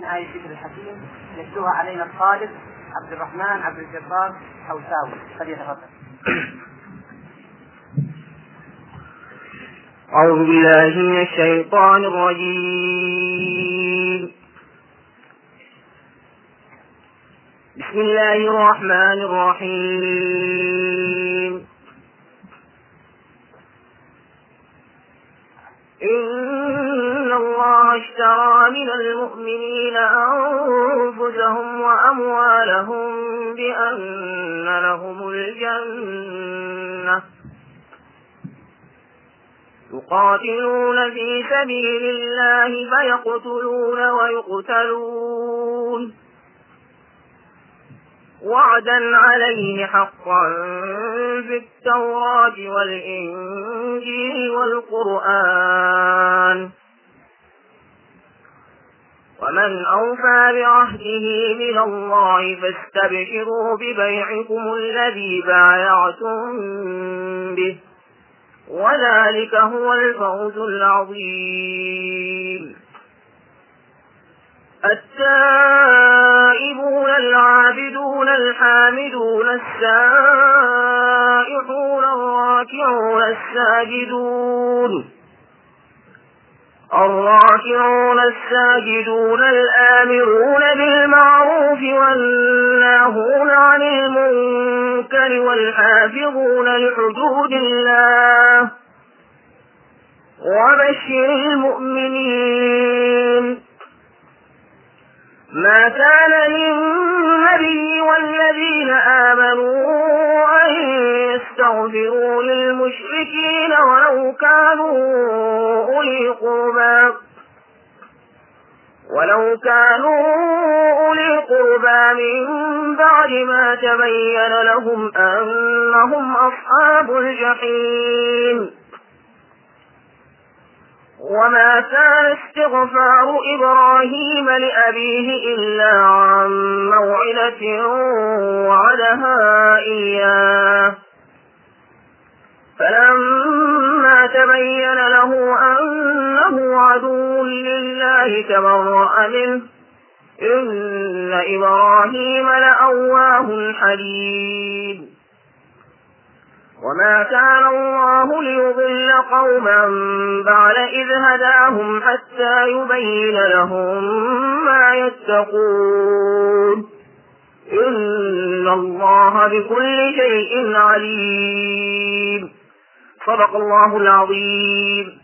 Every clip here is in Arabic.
آية الذكر الحكيم يتلوها علينا الطالب عبد الرحمن عبد الجبار حوساوي، فليتفضل. أعوذ بالله من الشيطان الرجيم. بسم الله الرحمن الرحيم. إن الله اشترى من المؤمنين أنفسهم وأموالهم بأن لهم الجنة يقاتلون في سبيل الله فيقتلون ويقتلون وعدا عليه حقا في التوراة والإنجيل والقرآن، ومن أوفى بعهده من الله فاستبشروا ببيعكم الذي بايعتم به، وذلك هو الفوز العظيم. التائبون العابدون الحامدون السائحون الراكعون الساجدون الآمرون بالمعروف والناهون عن المنكر والحافظون لحدود الله، وبشر المؤمنين. ما كان للنبي والذين آمنوا أن يستغفروا للمشركين ولو كانوا أولي قربى من بعد ما تبين لهم أنهم أصحاب الجحيم. وما كان استغفار إبراهيم لأبيه إلا عن موعدة وعدها إياه، فلما تبين له أنه عدو لله تبرأ منه، إن إبراهيم لأواه حليم. وما كان الله ليضل قوما بعد إذ هداهم حتى يبين لهم ما يتقون، إن الله بكل شيء عليم. صدق الله العظيم.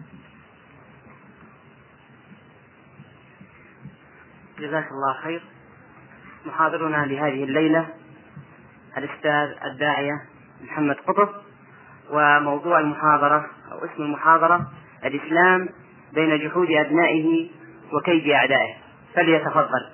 جزاك الله خير. محاضرنا لهذه الليلة الأستاذ الداعية محمد قطب، وموضوع المحاضرة أو اسم المحاضرة الإسلام بين جحود أبنائه وكيد أعدائه، فليتفضل.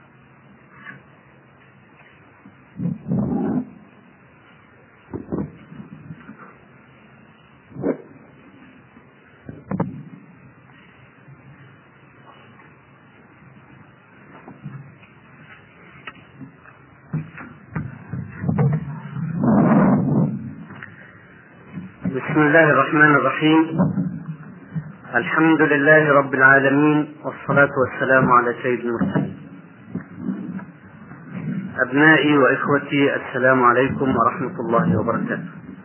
بسم الله الرحمن الرحيم. الحمد لله رب العالمين، والصلاة والسلام على سيد المرسلين. أبنائي وإخوتي، السلام عليكم ورحمة الله وبركاته.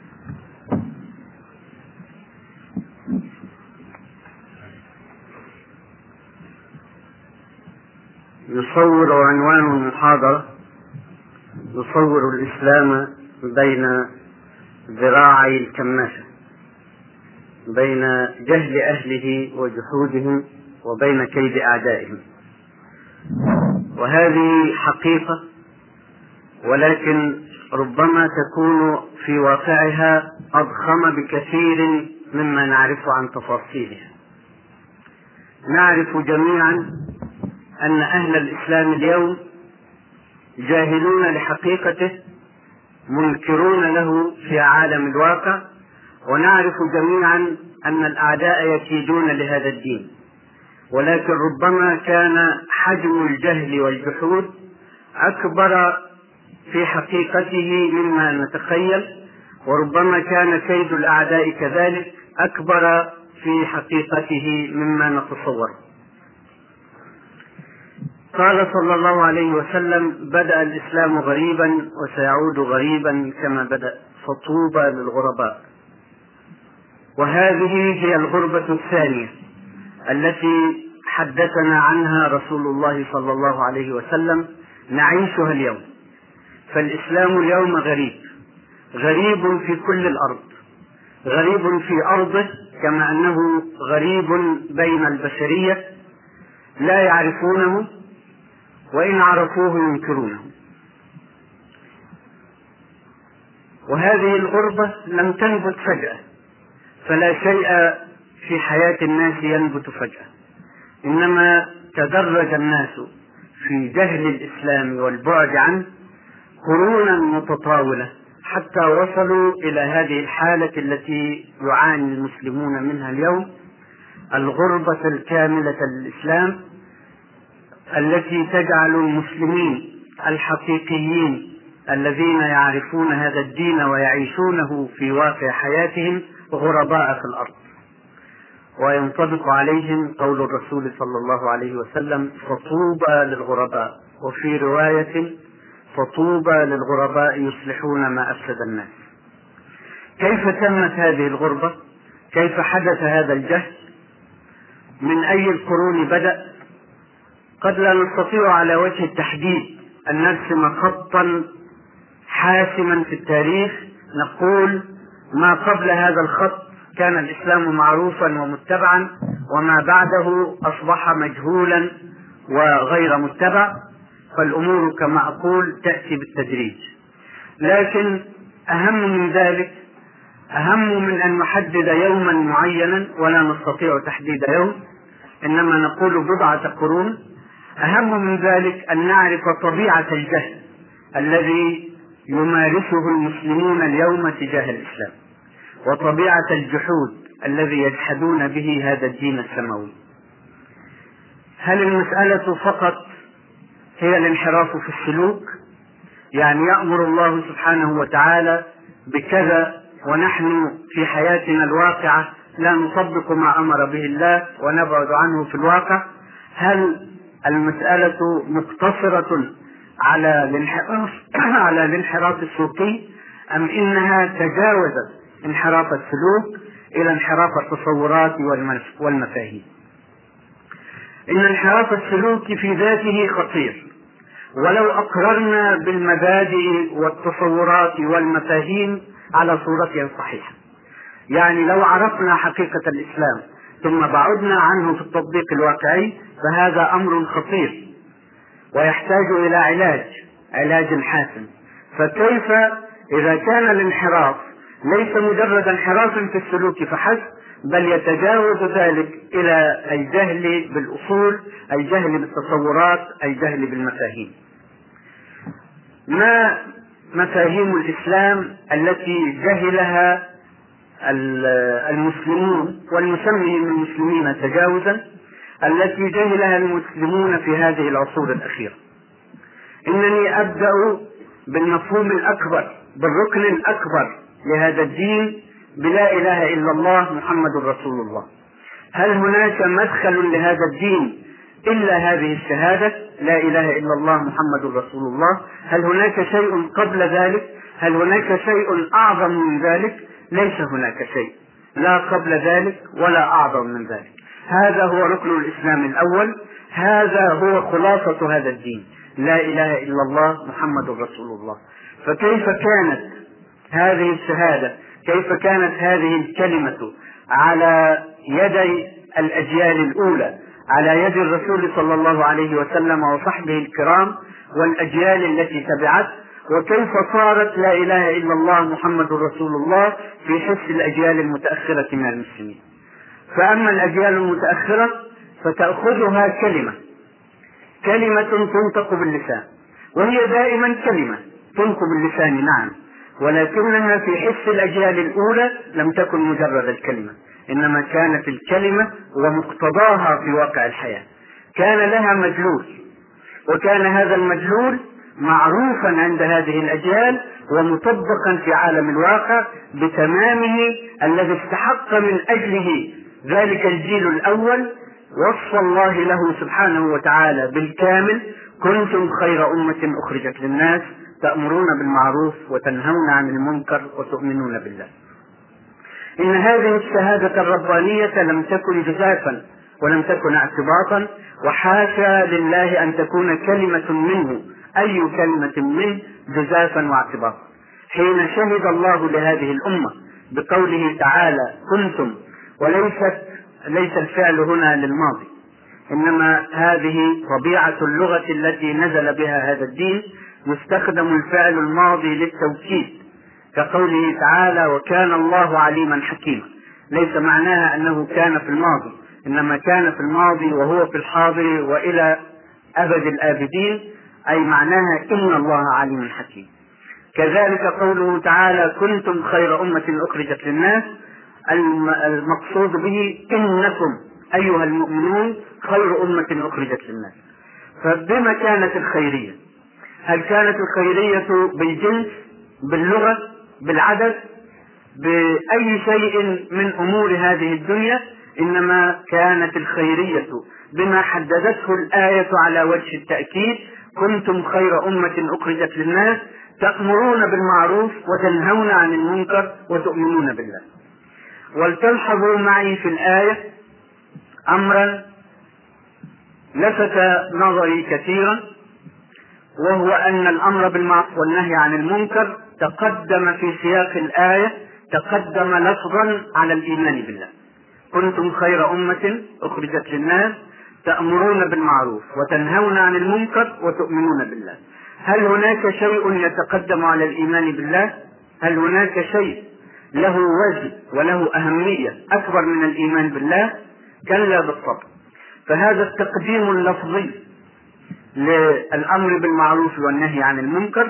يصور عنوان المحاضرة يصور الإسلام بين ذراعي الكماشة، بين جهل أهله وجحودهم وبين كيد أعدائهم. وهذه حقيقة، ولكن ربما تكون في واقعها أضخم بكثير مما نعرف عن تفاصيلها. نعرف جميعا أن أهل الإسلام اليوم جاهلون لحقيقته، منكرون له في عالم الواقع، ونعرف جميعا أن الأعداء يكيدون لهذا الدين، ولكن ربما كان حجم الجهل والجحود أكبر في حقيقته مما نتخيل، وربما كان كيد الأعداء كذلك أكبر في حقيقته مما نتصور. قال صلى الله عليه وسلم: بدأ الإسلام غريبا وسيعود غريبا كما بدأ، فطوبى للغرباء. وهذه هي الغربة الثانية التي حدثنا عنها رسول الله صلى الله عليه وسلم نعيشها اليوم. فالإسلام اليوم غريب في كل الأرض، غريب في أرضه كما أنه غريب بين البشرية، لا يعرفونه وإن عرفوه ينكرونه. وهذه الغربة لم تنبت فجأة، فلا شيء في حياة الناس ينبت فجأة، إنما تدرج الناس في جهل الإسلام والبعد عنه قرونا متطاولة حتى وصلوا إلى هذه الحالة التي يعاني المسلمون منها اليوم، الغربة الكاملة للإسلام التي تجعل المسلمين الحقيقيين الذين يعرفون هذا الدين ويعيشونه في واقع حياتهم غرباء في الأرض. وينطبق عليهم قول الرسول صلى الله عليه وسلم: فطوبى للغرباء، وفي رواية: فطوبى للغرباء يصلحون ما أفسد الناس. كيف تمت هذه الغربة؟ كيف حدث هذا الجهل؟ من أي القرون بدأ؟ قد لا نستطيع على وجه التحديد أن نرسم خطا حاسما في التاريخ نقول ما قبل هذا الخط كان الإسلام معروفا ومتبعا، وما بعده أصبح مجهولا وغير متبع، فالأمور كما أقول تأتي بالتدريج. لكن أهم من ذلك، أهم من أن نحدد يوما معينا، ولا نستطيع تحديد يوم، إنما نقول بضعة قرون، أهم من ذلك أن نعرف طبيعة الجهل الذي يمارسه المسلمون اليوم تجاه الإسلام، وطبيعة الجحود الذي يجحدون به هذا الدين السماوي. هل المسألة فقط هي الانحراف في السلوك؟ يعني يأمر الله سبحانه وتعالى بكذا ونحن في حياتنا الواقعة لا نطبق ما أمر به الله ونبعد عنه في الواقع؟ هل المسألة مقتصرة على الانحراف السلوكي، أم إنها تجاوزت انحراف السلوك إلى انحراف التصورات والمفاهيم؟ إن انحراف السلوك في ذاته خطير، ولو أقررنا بالمبادئ والتصورات والمفاهيم على صورتها الصحيحة، يعني لو عرفنا حقيقة الإسلام ثم بعدنا عنه في التطبيق الواقعي فهذا أمر خطير ويحتاج إلى علاج حاسم. فكيف إذا كان الانحراف ليس مجرد انحراف في السلوك فحسب، بل يتجاوز ذلك إلى الجهل بالأصول، الجهل بالتصورات، الجهل بالمفاهيم؟ ما مفاهيم الإسلام التي جهلها المسلمون والمسميين المسلمين تجاوزا، التي جهلها المسلمون في هذه العصور الأخيرة؟ إنني أبدأ بالمفهوم الأكبر، بالركن الأكبر لهذا الدين، بلا إله إلا الله محمد رسول الله. هل هناك مدخل لهذا الدين إلا هذه الشهادة لا إله إلا الله محمد رسول الله؟ هل هناك شيء قبل ذلك؟ هل هناك شيء أعظم من ذلك؟ ليس هناك شيء لا قبل ذلك ولا أعظم من ذلك. هذا هو ركن الإسلام الأول، هذا هو خلاصة هذا الدين، لا إله إلا الله محمد رسول الله. فكيف كانت هذه الشهادة، كيف كانت هذه الكلمة على يدي الأجيال الأولى، على يد الرسول صلى الله عليه وسلم وصحبه الكرام والأجيال التي تبعت، وكيف صارت لا إله إلا الله محمد رسول الله في حس الأجيال المتأخرة من المسلمين؟ فأما الأجيال المتأخرة فتأخذها كلمة تنطق باللسان، وهي دائما كلمة تنطق باللسان نعم، ولكنها في حس الأجيال الأولى لم تكن مجرد الكلمة، إنما كانت الكلمة ومقتضاها في واقع الحياة، كان لها مدلول، وكان هذا المدلول معروفا عند هذه الأجيال ومطبقا في عالم الواقع بتمامه الذي استحق من أجله ذلك الجيل الأول وصف الله له سبحانه وتعالى بالكامل: كنتم خير أمة أخرجت للناس تأمرون بالمعروف وتنهون عن المنكر وتؤمنون بالله. إن هذه الشهادة الربانية لم تكن جزافا ولم تكن اعتباطا، وحاشا لله أن تكون كلمة منه، أي كلمة منه، جزافا واعتباطا. حين شهد الله لهذه الأمة بقوله تعالى كنتم، ليس الفعل هنا للماضي، إنما هذه طبيعة اللغة التي نزل بها هذا الدين، يستخدم الفعل الماضي للتوكيد، كقوله تعالى وكان الله عليما حكيما. ليس معناها أنه كان في الماضي، إنما كان في الماضي وهو في الحاضر وإلى أبد الآبدين، أي معناها إن الله عليم حكيم. كذلك قوله تعالى كنتم خير أمة أخرجت للناس، المقصود به إنكم أيها المؤمنون خير أمة أخرجت للناس. فبما كانت الخيرية؟ هل كانت الخيرية بالجنس، باللغة، بالعدد، بأي شيء من أمور هذه الدنيا؟ إنما كانت الخيرية بما حددته الآية على وجه التأكيد: كنتم خير أمة أخرجت للناس تأمرون بالمعروف وتنهون عن المنكر وتؤمنون بالله. ولتلحظوا معي في الآية أمرا لفت نظري كثيرا، وهو أن الأمر بالمعروف والنهي عن المنكر تقدم في سياق الآية، تقدم لفظا على الإيمان بالله. كنتم خير أمة أخرجت للناس تأمرون بالمعروف وتنهون عن المنكر وتؤمنون بالله. هل هناك شيء يتقدم على الإيمان بالله؟ هل هناك شيء له وزن وله أهمية أكبر من الإيمان بالله؟ كلا بالطبع. فهذا التقديم اللفظي للأمر بالمعروف والنهي عن المنكر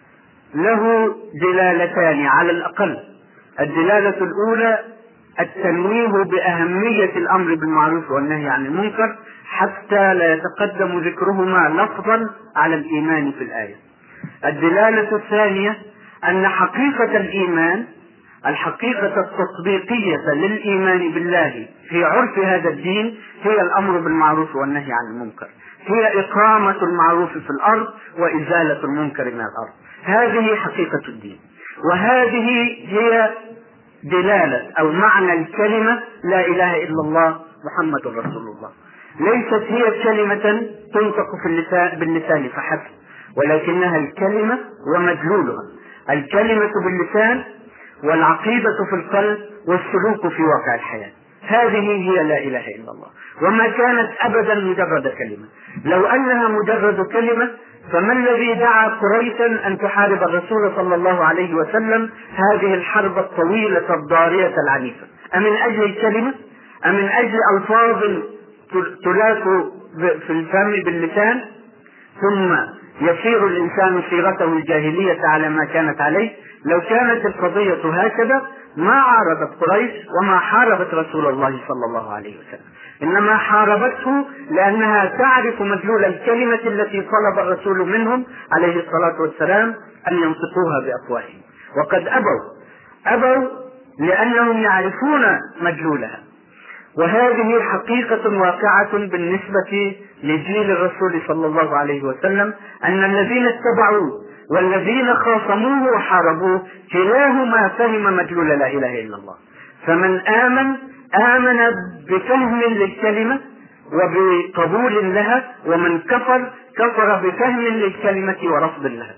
له دلالتان على الأقل. الدلالة الأولى التنويه بأهمية الأمر بالمعروف والنهي عن المنكر حتى لا يتقدم ذكرهما لفظا على الإيمان في الآية. الدلالة الثانية أن حقيقة الإيمان، الحقيقة التطبيقية للإيمان بالله في عرف هذا الدين، هي الأمر بالمعروف والنهي عن المنكر، هي إقامة المعروف في الأرض وإزالة المنكر من الأرض. هذه حقيقة الدين، وهذه هي دلالة أو معنى الكلمة لا إله إلا الله محمد رسول الله. ليست هي كلمة تنطق باللسان فحسب، ولكنها الكلمة ومدلولها، الكلمة باللسان والعقيدة في القلب والسلوك في واقع الحياة. هذه هي لا إله إلا الله، وما كانت أبدا مجرد كلمة. لو أنها مجرد كلمة فما الذي دعا قريشا أن تحارب الرسول صلى الله عليه وسلم هذه الحرب الطويلة الضارية العنيفة؟ أمن أجل الكلمة؟ أمن أجل ألفاظ تلاك في الفم باللسان ثم يسير الإنسان سيرته الجاهلية على ما كانت عليه؟ لو كانت القضية هكذا ما عارضت قريش وما حاربت رسول الله صلى الله عليه وسلم، إنما حاربته لأنها تعرف مدلول الكلمة التي طلب الرسول منهم عليه الصلاة والسلام أن ينطقوها بأفواههم، وقد أبوا لأنهم يعرفون مدلولها. وهذه حقيقة واقعة بالنسبة لجيل الرسول صلى الله عليه وسلم، أن الذين اتبعوه والذين خاصموه وحاربوه كلاهما فهم مدلول لا إله إلا الله. فمن آمن بفهم للكلمة وبقبول لها، ومن كفر بفهم للكلمة ورفض لها.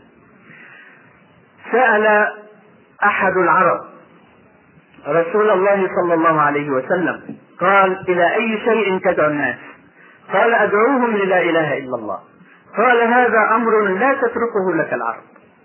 سأل أحد العرب رسول الله صلى الله عليه وسلم قال: إلى أي شيء تدعو الناس؟ قال: أدعوهم للا إله إلا الله. قال: هذا أمر لا تتركه لك العرب.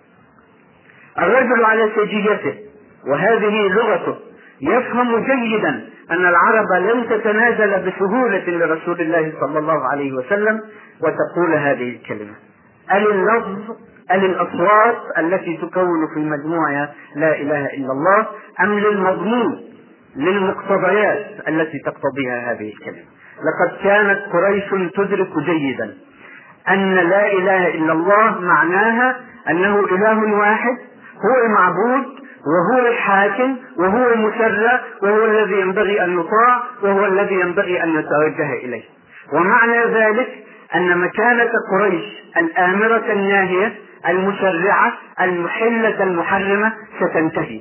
الرجل على سجيته وهذه لغته يفهم جيدا أن العرب لن تتنازل بسهولة لرسول الله صلى الله عليه وسلم وتقول هذه الكلمة. اللفظ للأصوات التي تكون في مجموعها لا إله إلا الله، أم للمضمون للمقتضيات التي تقتضيها هذه الكلمة؟ لقد كانت قريش تدرك جيدا أن لا إله إلا الله معناها أنه إله واحد هو المعبود، وهو الحاكم وهو المشرع وهو الذي ينبغي أن يطاع وهو الذي ينبغي أن يتوجه إليه. ومعنى ذلك أن مكانة قريش الآمرة الناهية المشرعة المحلة المحرمة ستنتهي،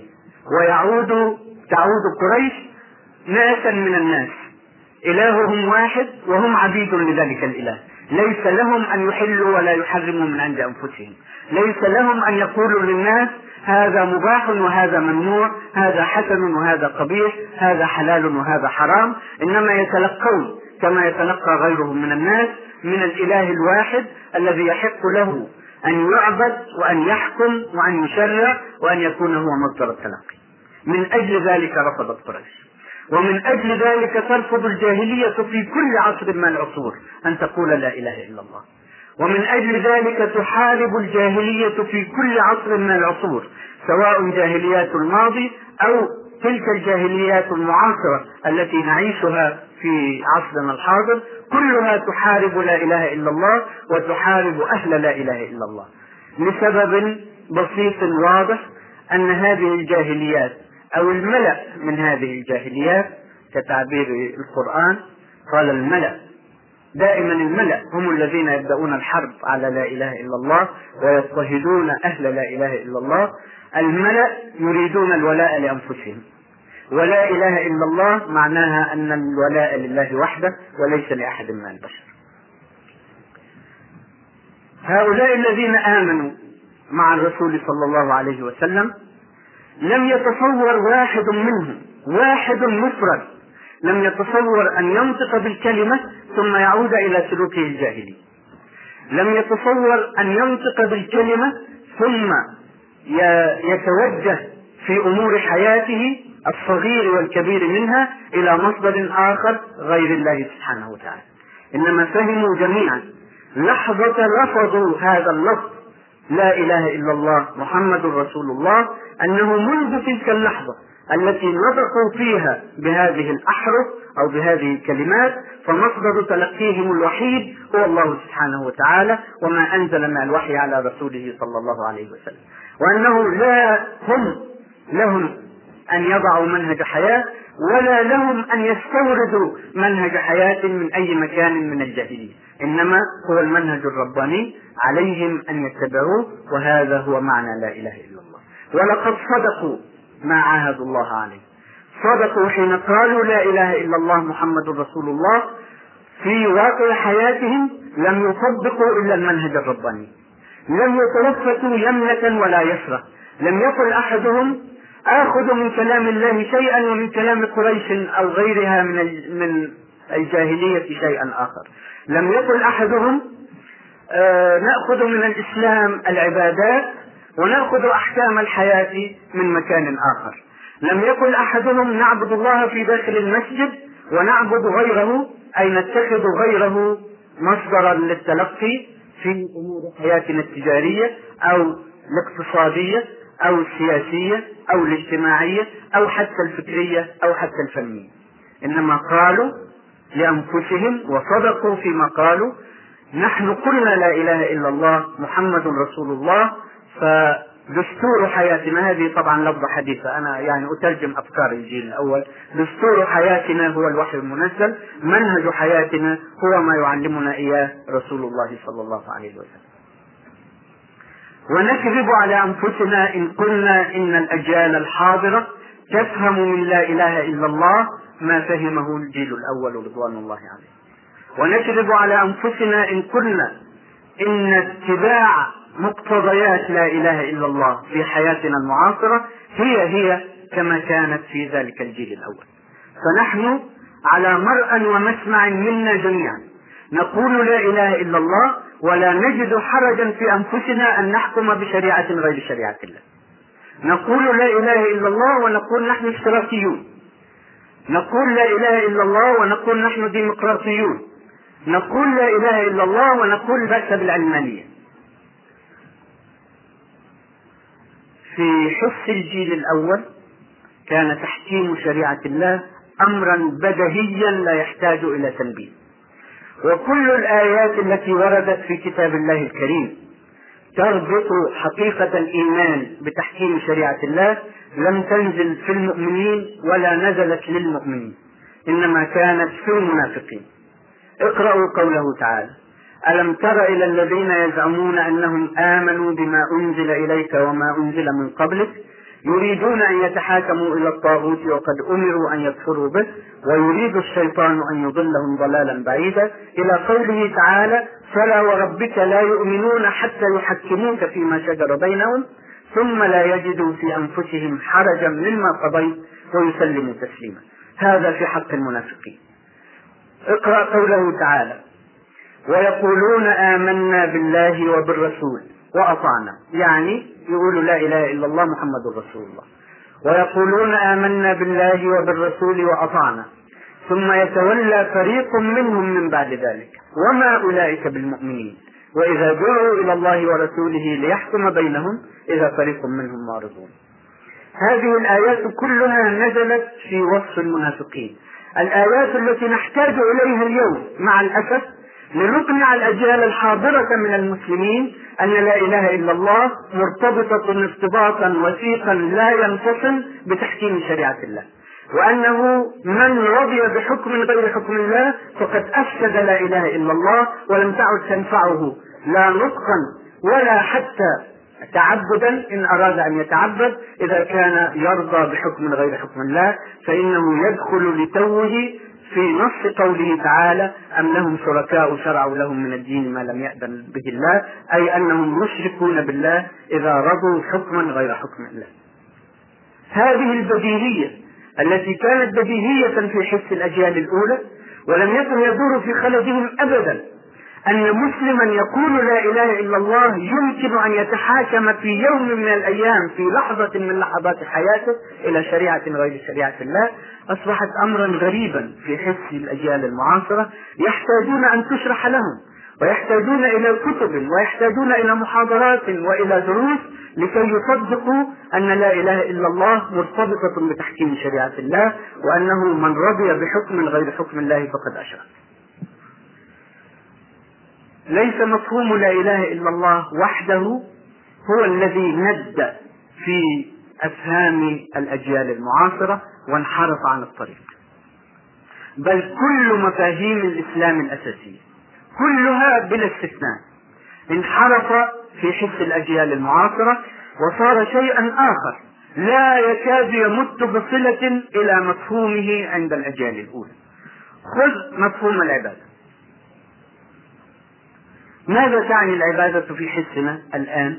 تعود قريش ناسا من الناس، إلههم واحد وهم عبيد لذلك الإله، ليس لهم أن يحلوا ولا يحرموا من عند أنفسهم، ليس لهم أن يقولوا للناس هذا مباح وهذا ممنوع، هذا حسن وهذا قبيح، هذا حلال وهذا حرام، إنما يتلقون كما يتلقى غيرهم من الناس من الإله الواحد الذي يحق له أن يعبد وأن يحكم وأن يشرع وأن يكون هو مصدر التلقي. من أجل ذلك رفضت قريش، ومن أجل ذلك ترفض الجاهلية في كل عصر من العصور أن تقول لا إله إلا الله، ومن أجل ذلك تحارب الجاهلية في كل عصر من العصور، سواء جاهليات الماضي أو تلك الجاهليات المعاصرة التي نعيشها في عصرنا الحاضر، كلها تحارب لا إله إلا الله وتحارب أهل لا إله إلا الله، لسبب بسيط واضح، أن هذه الجاهليات أو الملأ من هذه الجاهليات كتعبير القرآن قال الملأ، دائما الملأ هم الذين يبدأون الحرب على لا إله إلا الله ويضطهدون أهل لا إله إلا الله. الملأ يريدون الولاء لأنفسهم، ولا إله إلا الله معناها أن الولاء لله وحده وليس لأحد من البشر. هؤلاء الذين آمنوا مع الرسول صلى الله عليه وسلم لم يتصور واحد منهم، واحد مفرد، لم يتصور أن ينطق بالكلمة ثم يعود إلى سلوكه الجاهلي، لم يتصور أن ينطق بالكلمة ثم يتوجه في أمور حياته الصغير والكبير منها إلى مصدر آخر غير الله سبحانه وتعالى، إنما فهموا جميعا لحظة لفظوا هذا اللفظ لا إله إلا الله محمد رسول الله أنه منذ تلك اللحظة التي نطقوا فيها بهذه الأحرف أو بهذه الكلمات فمصدر تلقيهم الوحيد هو الله سبحانه وتعالى وما أنزل من الوحي على رسوله صلى الله عليه وسلم، وأنه لا هم لهم أن يضعوا منهج حياة ولا لهم أن يستوردوا منهج حياة من أي مكان من الجاهلية، إنما هو المنهج الرباني عليهم أن يتبعوه، وهذا هو معنى لا إله إلا الله. ولقد صدقوا ما عاهدوا الله عليه، صدقوا حين قالوا لا إله إلا الله محمد رسول الله، في واقع حياتهم لم يطبقوا إلا المنهج الرباني، لم يتلفتوا يمنة ولا يسرة، لم يقل أحدهم آخذ من كلام الله شيئا ومن كلام قريش أو غيرها من الجاهلية شيئا آخر، لم يقل أحدهم نأخذ من الإسلام العبادات ونأخذ أحكام الحياة من مكان آخر، لم يقل أحدهم نعبد الله في داخل المسجد ونعبد غيره أي نتخذ غيره مصدرا للتلقي في أمور حياتنا التجارية أو الاقتصادية أو السياسية أو الاجتماعية أو حتى الفكرية أو حتى الفنية، إنما قالوا لأنفسهم وصدقوا فيما قالوا نحن قلنا لا إله إلا الله محمد رسول الله، فدستور حياتنا، هذه طبعا لفظة حديثة أنا يعني أترجم أفكار الجيل الأول، دستور حياتنا هو الوحي المنزل، منهج حياتنا هو ما يعلمنا إياه رسول الله صلى الله عليه وسلم. ونكذب على أنفسنا إن قلنا إن الأجيال الحاضرة تفهم من لا إله إلا الله ما فهمه الجيل الأول رضوان الله عليه، ونكذب على أنفسنا إن قلنا إن اتباع مقتضيات لا إله إلا الله في حياتنا المعاصرة هي كما كانت في ذلك الجيل الأول. فنحن على مرء ومسمع منا جميعا نقول لا إله إلا الله ولا نجد حرجا في أنفسنا أن نحكم بشريعة غير شريعة الله، نقول لا إله إلا الله ونقول نحن اشتراكيون، نقول لا إله إلا الله ونقول نحن ديمقراطيون، نقول لا إله إلا الله ونقول بأس بالعلمانية. في حس الجيل الأول كان تحكيم شريعة الله أمرا بديهيا لا يحتاج إلى تنبيه، وكل الآيات التي وردت في كتاب الله الكريم تربط حقيقة الإيمان بتحكيم شريعة الله لم تنزل في المؤمنين ولا نزلت للمؤمنين، إنما كانت في المنافقين. اقرأوا قوله تعالى: ألم تر إلى الذين يزعمون أنهم آمنوا بما أنزل إليك وما أنزل من قبلك يريدون أن يتحاكموا إلى الطاغوت وقد أمروا أن يكفروا به ويريد الشيطان أن يضلهم ضلالا بعيدا، إلى قوله تعالى: فلا وربك لا يؤمنون حتى يحكموك فيما شجر بينهم ثم لا يجدوا في أنفسهم حرجا مما قضيت ويسلموا تسليما. هذا في حق المنافقين. اقرأ قوله تعالى: ويقولون آمنا بالله وبالرسول وأطعنا، يعني يقولوا لا إله إلا الله محمد رسول الله. ويقولون آمنا بالله وبالرسول وأطعنا ثم يتولى فريق منهم من بعد ذلك وما أولئك بالمؤمنين وإذا دعوا إلى الله ورسوله ليحكم بينهم إذا فريق منهم معرضون. هذه الآيات كلها نزلت في وصف المنافقين، الآيات التي نحتاج إليها اليوم مع الأسف لنقنع الأجيال الحاضرة من المسلمين أن لا إله إلا الله مرتبطة ارتباطا وثيقا لا ينفصل بتحكيم شريعة الله، وأنه من رضي بحكم غير حكم الله فقد أفسد لا إله إلا الله ولم تعد تنفعه لا نطقا ولا حتى تعبدا إن أراد أن يتعبد. إذا كان يرضى بحكم غير حكم الله فإنه يدخل لتوه في نص قوله تعالى: أم لهم شركاء شرعوا لهم من الدين ما لم يأذن به الله، أي أنهم مشركون بالله إذا رضوا حكما غير حكم الله. هذه البديهية التي كانت بديهية في حس الأجيال الأولى ولم يكن يدور في خلدهم أبدا أن مسلما يقول لا إله إلا الله يمكن أن يتحاكم في يوم من الأيام في لحظة من لحظات حياته إلى شريعة غير شريعة الله، أصبحت أمرا غريبا في حس الأجيال المعاصرة، يحتاجون أن تشرح لهم ويحتاجون إلى كتب ويحتاجون إلى محاضرات وإلى دروس لكي يصدقوا أن لا إله إلا الله مرتبطة بتحكيم شريعة الله، وأنه من رضي بحكم غير حكم الله فقد أشرك. ليس مفهوم لا إله إلا الله وحده هو الذي ند في أفهام الأجيال المعاصرة وانحرف عن الطريق، بل كل مفاهيم الإسلام الأساسية كلها بلا استثناء انحرف في حس الأجيال المعاصرة وصار شيئا آخر لا يكاد يمت بصلة إلى مفهومه عند الأجيال الأولى. خذ مفهوم العبادة. ماذا تعني العبادة في حسنا الآن؟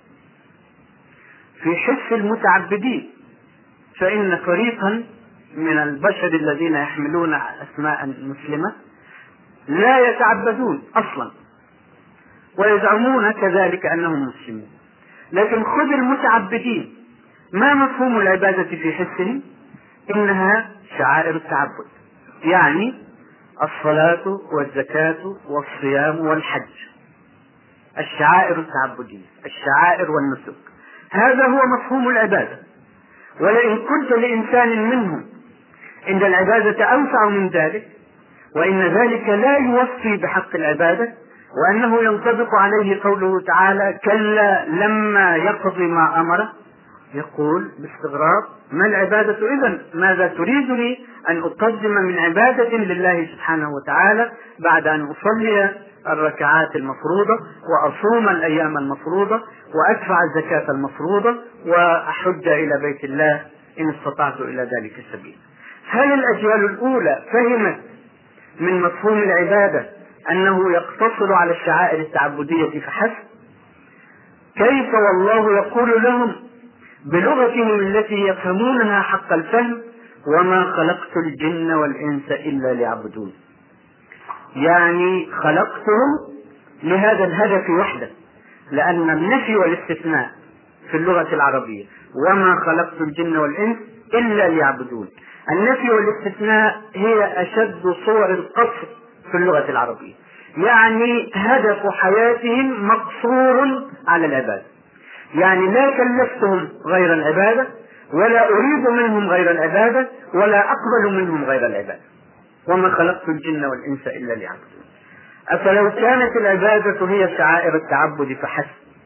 في حس المتعبدين، فإن فريقا من البشر الذين يحملون أسماء مسلمة لا يتعبدون أصلا ويزعمون كذلك أنهم مسلمون. لكن خذ المتعبدين، ما مفهوم العبادة في حسهم؟ إنها شعائر التعبد، يعني الصلاة والزكاة والصيام والحج، الشعائر التعبدية، الشعائر والنسك، هذا هو مفهوم العبادة. ولئن قلت لإنسان منهم إن العبادة أوسع من ذلك وإن ذلك لا يوفي بحق العبادة وأنه ينطبق عليه قوله تعالى: كلا لما يقض ما أمره، يقول باستغراب: ما العبادة إذن؟ ماذا تريدني أن أقدم من عبادة لله سبحانه وتعالى بعد أن أصلي الركعات المفروضة وأصوم الأيام المفروضة وأدفع الزكاة المفروضة وأحج إلى بيت الله إن استطعت إلى ذلك السبيل؟ هل الأجيال الأولى فهمت من مفهوم العبادة أنه يقتصر على الشعائر التعبدية فحسب؟ كيف والله يقول لهم بلغتهم التي يفهمونها حق الفهم: وما خلقت الجن والإنس إلا ليعبدون، يعني خلقتهم لهذا الهدف وحده، لأن النفي والاستثناء في اللغة العربية وما خلقت الجن والإنس إلا ليعبدون، النفي والاستثناء هي أشد صور القصر في اللغة العربية، يعني هدف حياتهم مقصور على العبادة، يعني لا كلفتهم غير العبادة ولا أريد منهم غير العبادة ولا أقبل منهم غير العبادة، وما خلقت الجن والإنس إلا ليعبدون. أفلو كانت العبادة هي شعائر التعبد فحسب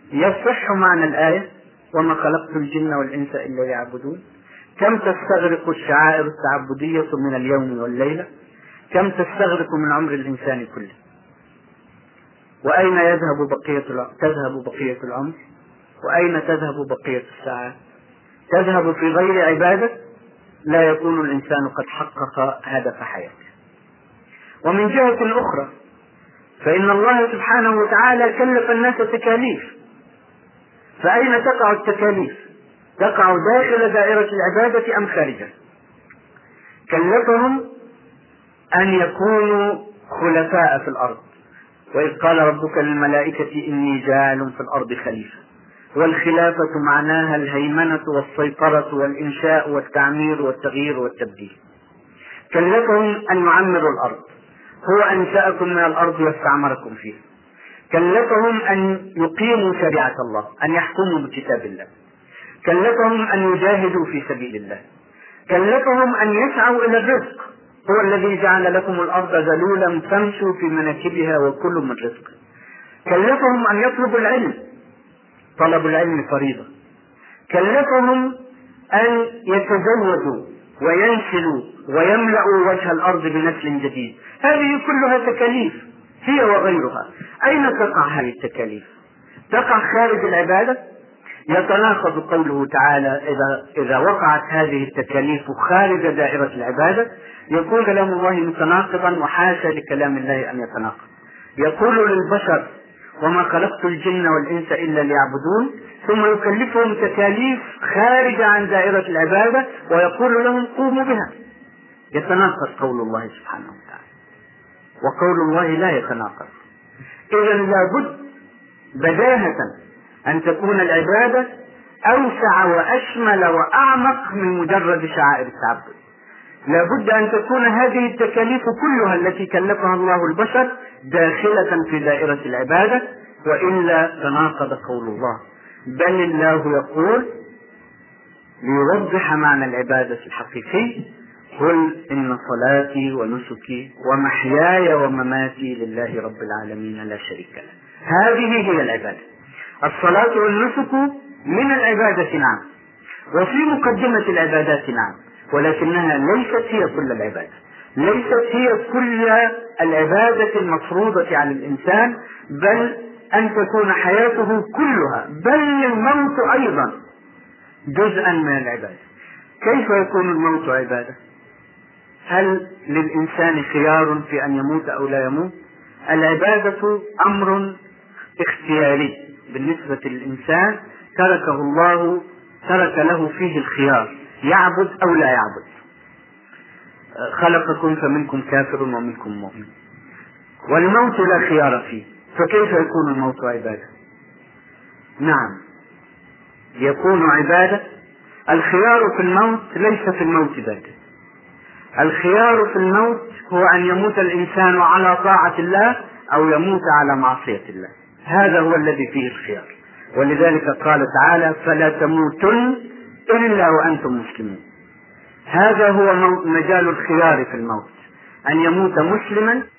يصح معنى الآية وما خلقت الجن والإنس إلا ليعبدون؟ كم تستغرق الشعائر التعبدية من اليوم والليلة؟ كم تستغرق من عمر الإنسان كله؟ وأين تذهب بقية العمر؟ وأين تذهب بقية الساعات؟ تذهب في غير عبادة، لا يكون الإنسان قد حقق هدف حياته. ومن جهة أخرى فإن الله سبحانه وتعالى كلف الناس تكاليف، فأين تقع التكاليف؟ تقع داخل دائرة العبادة أم خارجها؟ كلفهم أن يكونوا خلفاء في الأرض، وإذ قال ربك للملائكة إني جاعل في الأرض خليفة، والخلافة معناها الهيمنة والسيطرة والإنشاء والتعمير والتغيير والتبديل. كلفهم أن يعمروا الأرض، هو أنشأكم من الأرض واستعمركم فيها. كلفهم أن يقيموا شريعة الله، أن يحكموا بكتاب الله. كلفهم أن يجاهدوا في سبيل الله. كلفهم أن يسعوا إلى الرزق، هو الذي جعل لكم الأرض ذلولا فامشوا في مناكبها وكلوا من رزقه. كلفهم أن يطلبوا العلم، طلب العلم فريضة. كلفهم أن يتزودوا وينسلوا ويملأوا وجه الأرض بنسل جديد. هذه كلها تكاليف هي وغيرها. أين تقع هذه التكاليف؟ تقع خارج العبادة. يتناقض قوله تعالى إذا وقعت هذه التكاليف خارج دائرة العبادة يكون كلام الله متناقضا، وحاشا لكلام الله أن يتناقض. يقول للبشر وما خلقت الجن والإنس إلا ليعبدون، ثم يكلفهم تكاليف خارجة عن دائرة العبادة ويقول لهم قوموا بها. يتناقض قول الله سبحانه وتعالى وقول الله لا يتناقض. إذا لابد بداهة أن تكون العبادة أوسع وأشمل وأعمق من مجرد شعائر التعبد. لابد أن تكون هذه التكاليف كلها التي كلفها الله البشر داخلة في دائرة العبادة، وإلا تناقض قول الله. بل الله يقول ليوضح معنى العبادة الحقيقي: قل إن صلاتي ونسكي ومحياي ومماتي لله رب العالمين لا شريك له. هذه هي العبادة. الصلاة والنسك من العبادة نعم، وفي مقدمة العبادات نعم، ولكنها ليست هي كل العبادة، ليست هي كل العبادة المفروضة على الإنسان، بل أن تكون حياته كلها، بل الموت أيضا جزءا من العبادة. كيف يكون الموت عبادة؟ هل للإنسان خيار في أن يموت أو لا يموت؟ العبادة أمر اختياري بالنسبة للإنسان، ترك له فيه الخيار، يعبد أو لا يعبد. خلقكم فمنكم كافر ومنكم مؤمن، والموت لا خيار فيه، فكيف يكون الموت عبادة؟ نعم يكون عبادة. الخيار في الموت ليس في الموت ذاته، الخيار في الموت هو أن يموت الإنسان على طاعة الله أو يموت على معصية الله، هذا هو الذي فيه الخيار. ولذلك قال تعالى: فلا تموتن إلا وأنتم مسلمون. هذا هو مجال الخيار في الموت، أن يموت مسلما